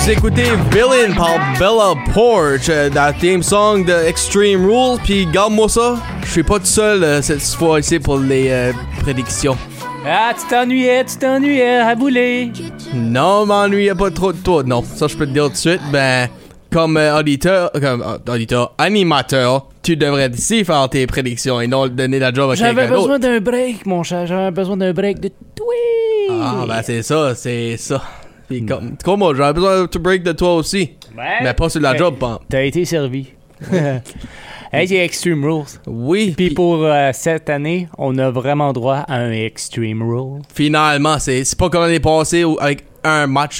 Vous écoutez Villain par Bella Porch dans le theme song de Extreme Rules. Puis garde-moi ça, je suis pas tout seul cette fois ici pour les prédictions. Ah, tu t'ennuyais à bouler. Non, je m'ennuyais pas trop de toi. Non, ça je peux te dire tout de suite. Ben, comme animateur, tu devrais ici faire tes prédictions et non donner la job à quelqu'un d'autre. J'avais besoin d'un break, mon cher. J'avais besoin d'un break de toi. Ah, ben c'est ça. Puis comme moi, j'avais besoin de break de toi aussi. Ouais. Mais pas sur la job, pas. T'as été servi. Hey, c'est Extreme Rules. Oui. Puis pour cette année, on a vraiment droit à un Extreme Rule. Finalement, c'est pas comme l'année passée avec un match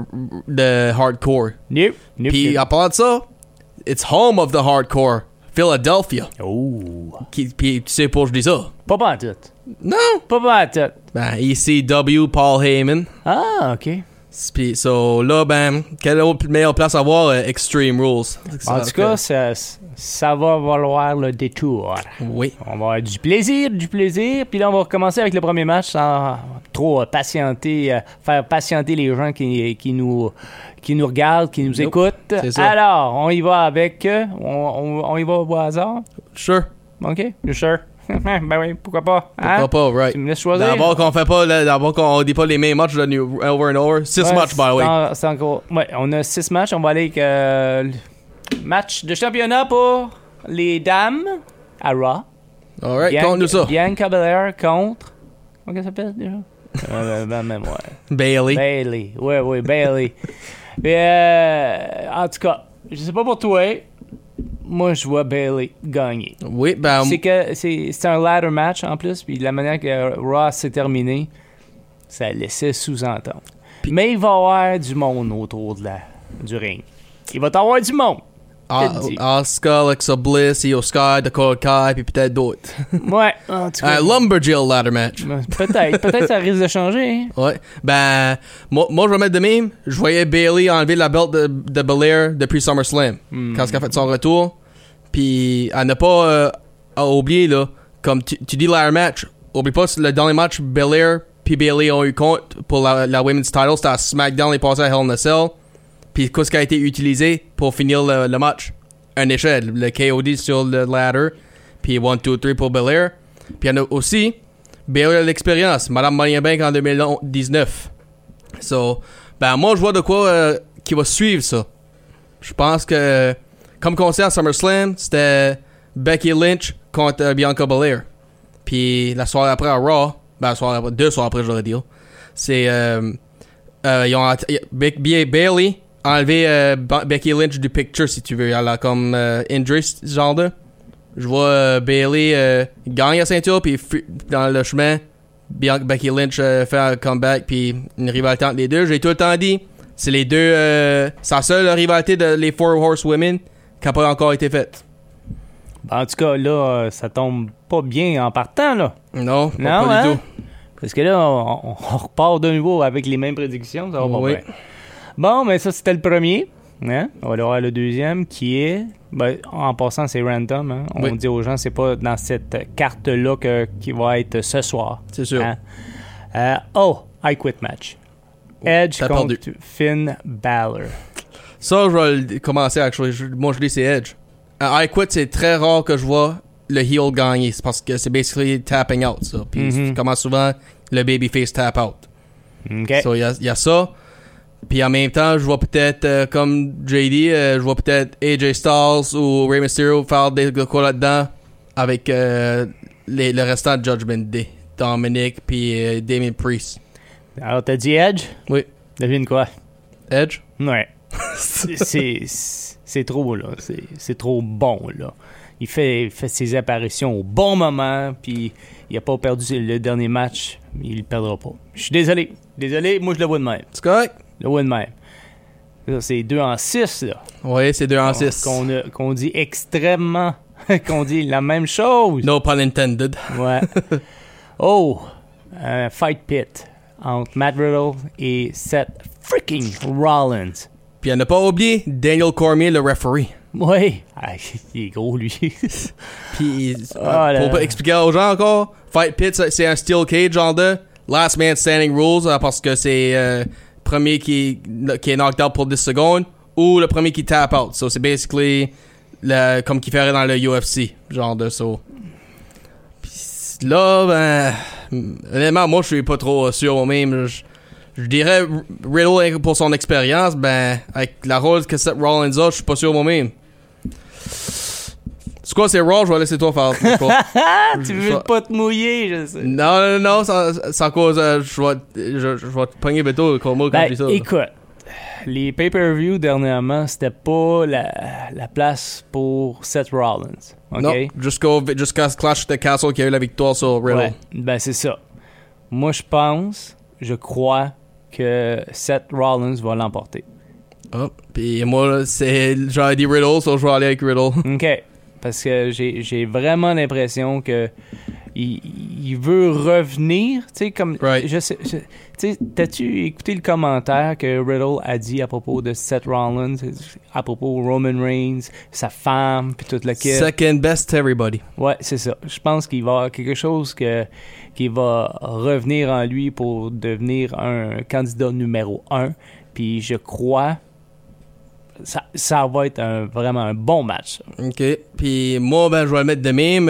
de hardcore. Nope. Puis à part de ça, it's home of the hardcore, Philadelphia. Oh. Puis tu sais pourquoi je dis ça? Pas en tout. Non. Pas en tout. Ben, ECW, Paul Heyman. Ah, OK. Puis so là, ben, quelle autre meilleure place à voir? Extreme Rules. En tout cas, ça va valoir le détour. Oui. On va avoir du plaisir. Puis là, on va recommencer avec le premier match sans trop patienter, faire patienter les gens qui nous regardent, qui nous écoutent. C'est ça. Alors, on y va avec... on y va au hasard? Sure. OK, you sure? Ben oui, pourquoi pas? Hein? Pourquoi pas, right. Tu me laisses choisir? D'abord qu'on dit pas les mêmes matchs de over and over. 6 matchs, by the way. C'est encore... Ouais, on a 6 matchs. On va aller avec le match de championnat pour les dames à Raw. Alright, compte-nous ça. Bianca Belair contre... Comment ça s'appelle déjà? Même, ouais. Bayley. Oui, Bayley. Mais, en tout cas, je sais pas pour toi... Moi, je vois Bayley gagner. Oui, ben... C'est un ladder match, en plus, puis la manière que Raw s'est terminé, ça laissait sous-entendre. Mais il va y avoir du monde autour du ring. Il va y avoir du monde. Asuka, Alexa Bliss, Io Sky, Dakota Kai, puis peut-être d'autres. Ouais, en tout cas. Lumberjill ladder match. Peut-être ça risque de changer. Hein? Ouais. Ben, moi, je vais mettre de même. Je voyais Bayley enlever la belt de Belair depuis SummerSlam. Quand elle a fait son retour. Puis, à ne pas oublier, là, comme tu dis ladder match, oublie pas le dernier match, Belair puis Bayley ont eu compte pour la Women's Title. C'était à SmackDown, les passés à Hell in a Cell. Puis qu'est-ce qui a été utilisé pour finir le match? Un échelle, le KOD sur le ladder, puis 1, 2, 3 pour Belair. Puis il y en a aussi, Baylor a l'expérience, Madame Money in the Bank en 2019. So, ben moi je vois de quoi qui va suivre ça. Je pense que, comme concert à SummerSlam, c'était Becky Lynch contre Bianca Belair. Puis la soirée après à Raw, ben 2 soirs après je devrais dire, c'est ils ont Bayley enlever Becky Lynch du picture si tu veux. Elle a comme injury ce genre de. Je vois Bayley gagner la ceinture puis dans le chemin Becky Lynch fait un comeback puis une rivalité entre les deux. J'ai tout le temps dit c'est les deux c'est la seule rivalité de les Four Horsewomen qui n'a pas encore été faite. Ben, en tout cas là ça tombe pas bien en partant là. Non, pas du tout. Parce que là on repart de nouveau avec les mêmes prédictions, ça va pas bien. Bon, mais ça, c'était le premier. Hein? On va aller voir le deuxième qui est... Ben, en passant, c'est random. Hein? On dit aux gens, c'est pas dans cette carte-là qui va être ce soir. C'est sûr. Hein? I Quit match. Edge contre Finn Balor. Ça, je vais commencer, actually. Moi, je dis c'est Edge. I Quit, c'est très rare que je vois le heel gagner. C'est parce que c'est basically tapping out, ça. Puis, comment souvent, le babyface tap out. OK. So, il y a ça. Puis en même temps, je vois peut-être, comme JD, je vois peut-être AJ Styles ou Rey Mysterio faire des quoi là-dedans avec le restant de Judgment Day. Dominic puis Damien Priest. Alors, t'as dit Edge? Oui. Devine quoi? Edge? Ouais. c'est trop, là. C'est trop bon, là. Il fait ses apparitions au bon moment, puis il a pas perdu le dernier match. Il le perdra pas. Je suis désolé. Moi, je le vois de même. C'est correct? Le vois de même. Là, c'est 2-6, là. Oui, c'est 2-6. Qu'on dit extrêmement... qu'on dit la même chose. No pun intended. Ouais. Fight Pit entre Matt Riddle et Seth freaking Rollins. Puis à ne pas oublier Daniel Cormier, le referee. Oui. Il est gros, lui. Puis, pour expliquer aux gens encore, Fight Pit, c'est un steel cage, genre de last man standing rules, parce que c'est premier qui est knocked out pour 10 secondes ou le premier qui tap out. So, c'est basically comme qu'il ferait dans le UFC, genre de ça. Puis là, ben, honnêtement, moi, je suis pas trop sûr moi-même. Je dirais Riddle, pour son expérience, ben, avec la rôle que Seth Rollins a, je suis pas sûr moi-même. C'est quoi, c'est Raw, je vais laisser toi faire. Tu veux pas te mouiller, je sais. Non, ça cause, je vais te pogner bientôt comme moi quand je dis ça. Écoute, les pay-per-view dernièrement, c'était pas la place pour Seth Rollins. Okay? Non, jusqu'à ce Clash de Castle qui a eu la victoire sur Riddle. Ouais, ben c'est ça. Moi, je crois que Seth Rollins va l'emporter. Oh, puis moi, j'aurais dit Riddle, so je vais aller avec Riddle. OK. Parce que j'ai vraiment l'impression que il veut revenir, tu sais, comme... Right. Tu sais, t'as-tu écouté le commentaire que Riddle a dit à propos de Seth Rollins, à propos de Roman Reigns, sa femme, puis toute la kit? Second best to everybody. Ouais, c'est ça. Je pense qu'il va y avoir quelque chose qui va revenir en lui pour devenir un candidat numéro 1. Puis je crois... Ça va être vraiment un bon match. Ça. OK. Puis moi, ben, je vais le mettre de même.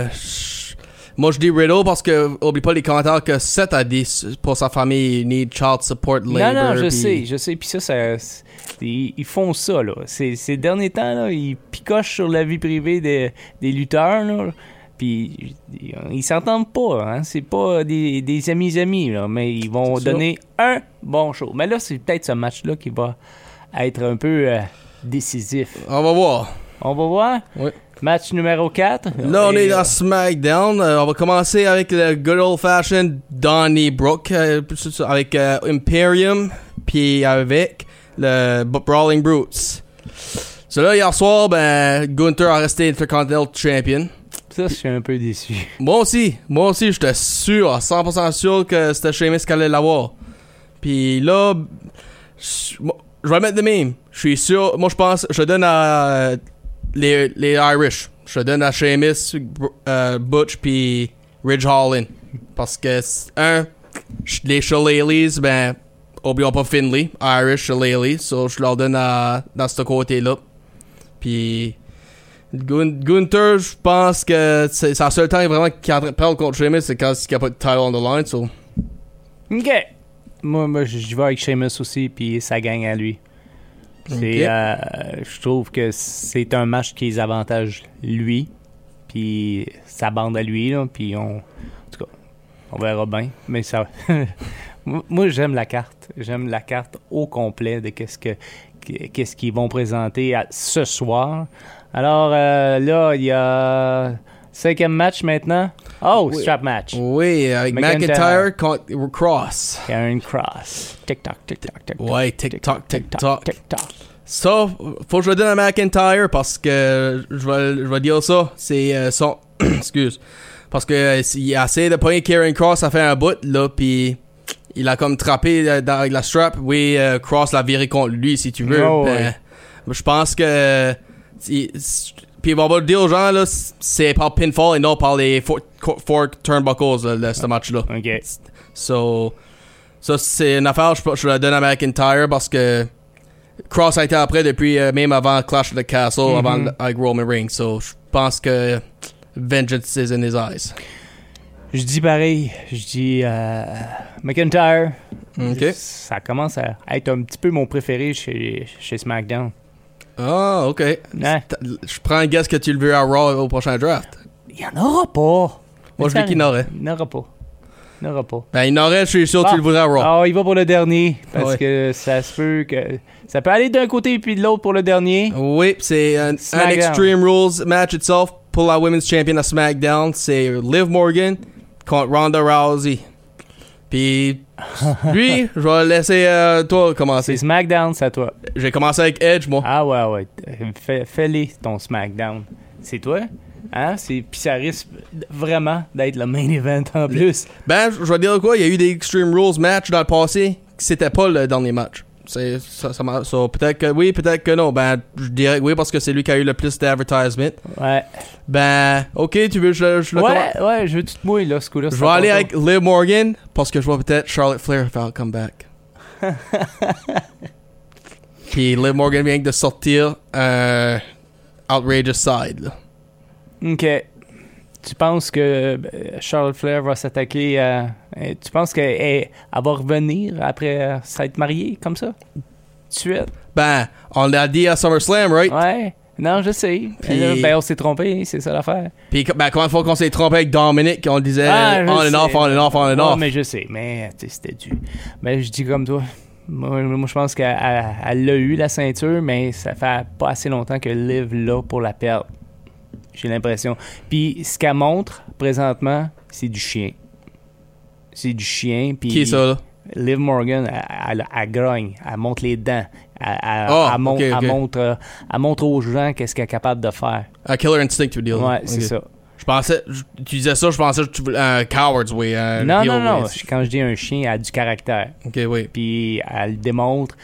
Moi, je dis Riddle parce que, oublie pas les commentaires que Seth a dit pour sa famille, need child support labor. Non, je sais. Puis ça, ils font ça, là. Ces derniers temps, là, ils picochent sur la vie privée des lutteurs, là. Puis ils s'entendent pas, hein. C'est pas des amis, là. Mais ils vont donner un bon show. Mais là, c'est peut-être ce match-là qui va être un peu décisif. On va voir. On va voir? Oui. Match numéro 4. Là, on est dans SmackDown. On va commencer avec le good old-fashioned Donnybrook avec Imperium, puis avec le Brawling Brutes. So là, hier soir, ben, Gunther a resté Intercontinental Champion. Ça, je suis un peu déçu. Moi aussi, j'étais sûr, à 100% sûr que c'était Sheamus qui allait l'avoir. Puis là, je vais le mettre de même. Je suis sûr. Moi, je pense. Je donne à les Irish. Je donne à Sheamus, Butch puis Ridge Holland. Parce que, les Shillelaghs, ben, oublions pas Finlay. Irish Shillelagh. So, je leur donne dans ce côté-là. Puis, Gunther, je pense que c'est le seul temps vraiment qu'il a perdre contre Sheamus, c'est quand il n'y a pas de title on the line. So. OK. Moi, je vais avec Sheamus aussi, puis ça gagne à lui. Je trouve que c'est un match qui les avantage lui, puis sa bande à lui, là, puis en tout cas, on verra bien. Mais ça, moi, j'aime la carte. J'aime la carte au complet de qu'est-ce qu'ils vont présenter ce soir. Alors là, il y a 5e match maintenant. Oh, oui. Strap match. Oui, avec McIntyre contre Cross. Karen Cross. Tic-toc, tic-toc, tic-toc. Ouais, tic-toc, tic-toc. Tic-toc. Ça, faut que je le donne à McIntyre parce que je vais dire ça. C'est son. Excuse. Parce que il a essayé de pogner Karen Cross, ça fait un bout, là, puis il a comme trappé avec la strap. Oui, Cross l'a viré contre lui, si tu veux. Oh, ben, je pense que. Puis on va le dire aux gens, là, c'est par pinfall et non par les four turnbuckles, là, ce match-là. OK. So, ça, c'est une affaire, je la donne à McIntyre parce que Cross a été après depuis, même avant Clash of the Castle, avant avec Roman Reigns. So, je pense que vengeance is in his eyes. Je dis pareil. Je dis McIntyre. OK. Ça commence à être un petit peu mon préféré chez SmackDown. Ah, OK. Ouais. Je prends un guess que tu le veux à Raw au prochain draft. Il n'y en aura pas. Moi, je dis qu'il n'aurait. Il n'y en aura pas. Ben, il n'aurait, je suis sûr que tu le voudrais à Raw. Ah, il va pour le dernier. Parce que ça se peut que... Ça peut aller d'un côté puis de l'autre pour le dernier. Oui, c'est un Extreme Rules match itself pour la Women's Champion à SmackDown. C'est Liv Morgan contre Ronda Rousey. Puis, lui, je vais laisser toi commencer. C'est SmackDown, c'est à toi. J'ai commencé avec Edge, moi. Ah ouais. Fais-les ton SmackDown. C'est toi? Hein? Puis ça risque vraiment d'être le main event en plus. Ben, je vais dire quoi, il y a eu des Extreme Rules matchs dans le passé qui c'était pas le dernier match. Ça peut-être que oui, peut-être que non. Ben, je dirais que oui parce que c'est lui qui a eu le plus d'advertisement. Ouais. Ben, ok, tu veux je le Ouais, je veux que tu te mouilles là, ce coup-là. Je vais aller avec Liv Morgan parce que je vois peut-être Charlotte Flair faire un comeback. Puis Liv Morgan vient de sortir Outrageous Side. Là. OK. Tu penses que Charlotte Flair va s'attaquer à... Tu penses qu'elle va revenir après s'être mariée comme ça? Tout de suite? Ben, on l'a dit à SummerSlam, right? Ouais. Non, je sais. Puis... Là, on s'est trompé, c'est ça l'affaire. Puis, ben, combien de fois qu'on s'est trompé avec Dominic, on disait on and off, on and off, on and off. Mais je sais, mais c'était dû. Mais je dis comme toi. Moi, je pense qu'elle l'a eu, la ceinture, mais ça fait pas assez longtemps que Liv l'a pour la perdre. J'ai l'impression. Puis, ce qu'elle montre, présentement, c'est du chien. C'est du chien. Puis qui est ça, là? Liv Morgan, elle grogne. Elle montre les dents. Elle montre aux gens qu'est-ce qu'elle est capable de faire. A Killer Instinct, tu veux dire? Ouais, c'est ça. Tu disais ça, je pensais que tu voulais Coward's Way. Non. Quand je dis un chien, elle a du caractère. OK, oui. Puis elle le démontre.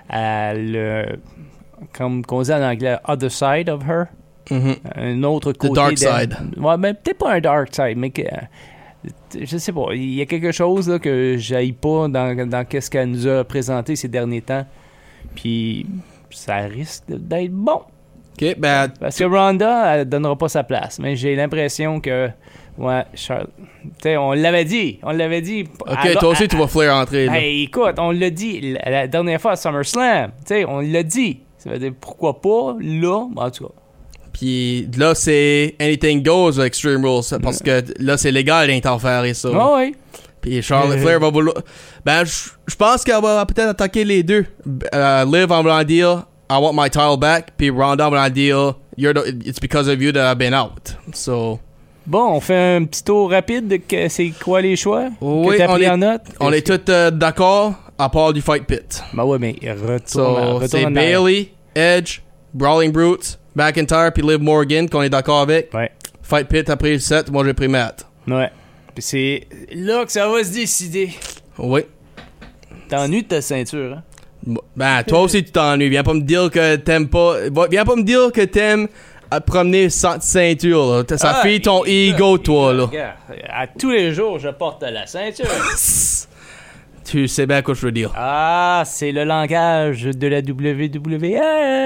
Comme on dit en anglais, other side of her. Mm-hmm. Un autre côté. The dark side. Ouais, mais peut-être pas un dark side, mais je sais pas. Il y a quelque chose là, que j'aille pas dans qu'est-ce qu'elle nous a présenté ces derniers temps. Puis ça risque d'être bon. OK, ben... Parce que Ronda, elle donnera pas sa place. Mais j'ai l'impression que... Ouais, Charles... Tu sais, on l'avait dit. OK, toi aussi, tu vas Flair entrer. Là. Hey, écoute, on l'a dit la dernière fois à SummerSlam. Tu sais, on l'a dit. Ça veut dire, pourquoi pas, là, en tout cas. Puis là, c'est Anything Goes Extreme Rules. Parce que là, c'est légal d'interférer ça. Ah oui. Puis Charlotte Flair va vouloir... Ben, je pense qu'elle va peut-être attaquer les deux. Liv en voulant dire I want my title back. Puis Ronda en voulant dire it's because of you that I've been out. So... Bon, on fait un petit tour rapide de c'est quoi les choix oui, que t'as pris en note. On est tous d'accord à part du Fight Pit. Ben ouais, mais retourne c'est Bayley, Edge, Brawling Brutes, McIntyre puis Liv Morgan qu'on est d'accord avec. Ouais. Fight Pit après le 7, moi j'ai pris Matt. Ouais. Puis c'est là que ça va se décider. Oui. T'ennuies de ta ceinture, hein? Ben, toi aussi tu t'ennuies. Viens pas me dire que t'aimes pas... Viens pas me dire que t'aimes à te promener sans ceinture, là. Ça fait ton ego, toi, là. Regarde, à tous les jours, je porte la ceinture. Tu sais bien quoi je veux dire. Ah, c'est le langage de la WWE.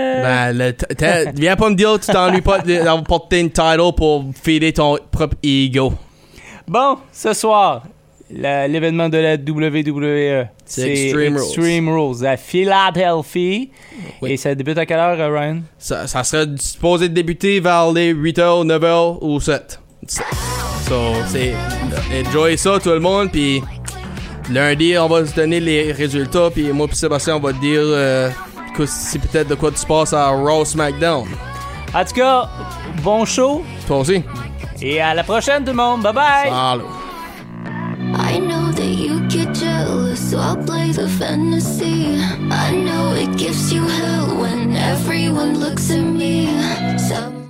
Ben, viens pas me dire que tu t'ennuies pas d'avoir porté une title pour feeder ton propre ego. Bon, ce soir, l'événement de la WWE, c'est Extreme Rules à Philadelphie. Oui. Et ça débute à quelle heure, Ryan? Ça serait supposé débuter vers les 8h, 9h ou 7. So, c'est... Enjoy ça, tout le monde, puis... Lundi, on va se donner les résultats, puis moi et Sébastien, on va te dire que c'est peut-être de quoi tu passes à Raw SmackDown. En tout cas, bon show. Toi aussi. Et à la prochaine, tout le monde. Bye-bye. Salut. I know that you get jealous, so I'll play the fantasy. I know it gives you hell when everyone looks at me.